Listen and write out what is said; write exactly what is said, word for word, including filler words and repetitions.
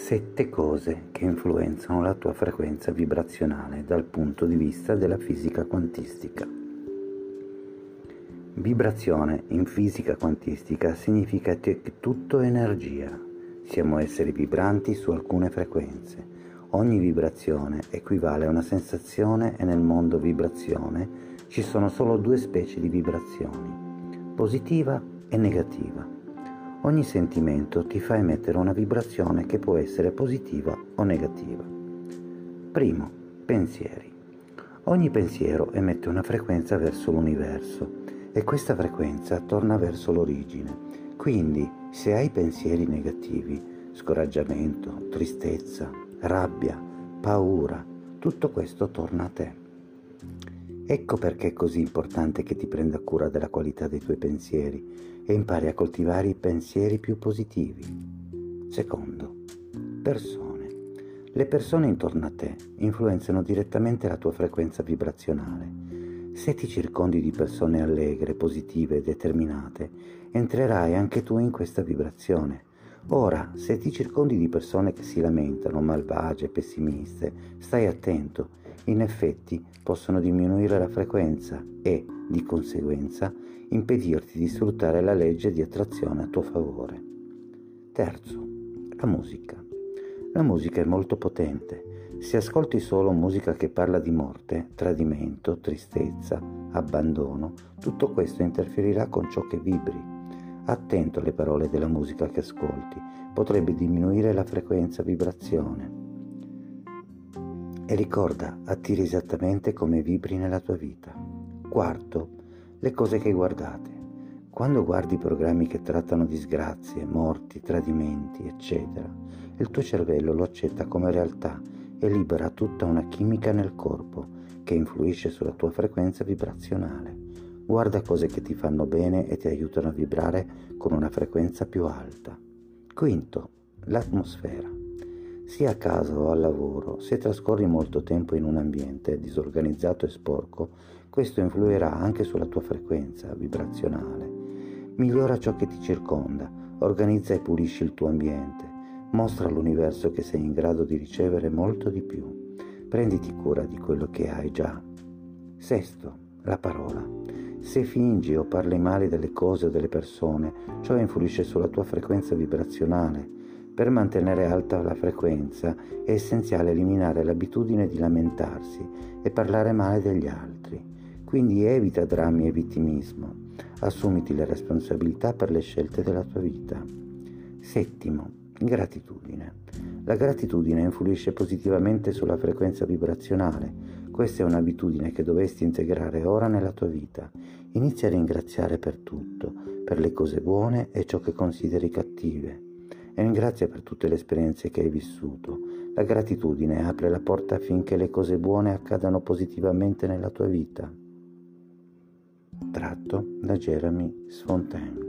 Sette cose che influenzano la tua frequenza vibrazionale dal punto di vista della fisica quantistica. Vibrazione in fisica quantistica significa che tutto è energia. Siamo esseri vibranti su alcune frequenze. Ogni vibrazione equivale a una sensazione e nel mondo vibrazione ci sono solo due specie di vibrazioni, positiva e negativa. Ogni sentimento ti fa emettere una vibrazione che può essere positiva o negativa. Primo, pensieri. Ogni pensiero emette una frequenza verso l'universo e questa frequenza torna verso l'origine. Quindi, se hai pensieri negativi, scoraggiamento, tristezza, rabbia, paura, tutto questo torna a te. Ecco perché è così importante che ti prenda cura della qualità dei tuoi pensieri e impari a coltivare i pensieri più positivi. Secondo, persone. Le persone intorno a te influenzano direttamente la tua frequenza vibrazionale. Se ti circondi di persone allegre, positive e determinate, entrerai anche tu in questa vibrazione. Ora, se ti circondi di persone che si lamentano, malvagie, pessimiste, stai attento. In effetti possono diminuire la frequenza e, di conseguenza, impedirti di sfruttare la legge di attrazione a tuo favore. Terzo, la musica. La musica è molto potente. Se ascolti solo musica che parla di morte, tradimento, tristezza, abbandono, tutto questo interferirà con ciò che vibri. Attento alle parole della musica che ascolti, potrebbe diminuire la frequenza vibrazione. E ricorda, attiri esattamente come vibri nella tua vita. Quarto, le cose che guardate. Quando guardi programmi che trattano disgrazie, morti, tradimenti, eccetera, il tuo cervello lo accetta come realtà e libera tutta una chimica nel corpo che influisce sulla tua frequenza vibrazionale. Guarda cose che ti fanno bene e ti aiutano a vibrare con una frequenza più alta. Quinto, l'atmosfera. Sia a casa o al lavoro, se trascorri molto tempo in un ambiente disorganizzato e sporco, questo influirà anche sulla tua frequenza vibrazionale. Migliora ciò che ti circonda, organizza e pulisci il tuo ambiente, mostra all'universo che sei in grado di ricevere molto di più. Prenditi cura di quello che hai già. Sesto, la parola. Se fingi o parli male delle cose o delle persone, ciò influisce sulla tua frequenza vibrazionale. Per mantenere alta la frequenza è essenziale eliminare l'abitudine di lamentarsi e parlare male degli altri. Quindi evita drammi e vittimismo. Assumiti le responsabilità per le scelte della tua vita. Settimo, gratitudine. La gratitudine influisce positivamente sulla frequenza vibrazionale. Questa è un'abitudine che dovresti integrare ora nella tua vita. Inizia a ringraziare per tutto, per le cose buone e ciò che consideri cattive. E ringrazia per tutte le esperienze che hai vissuto. La gratitudine apre la porta affinché le cose buone accadano positivamente nella tua vita. Tratto da Jeremy Sfontaine.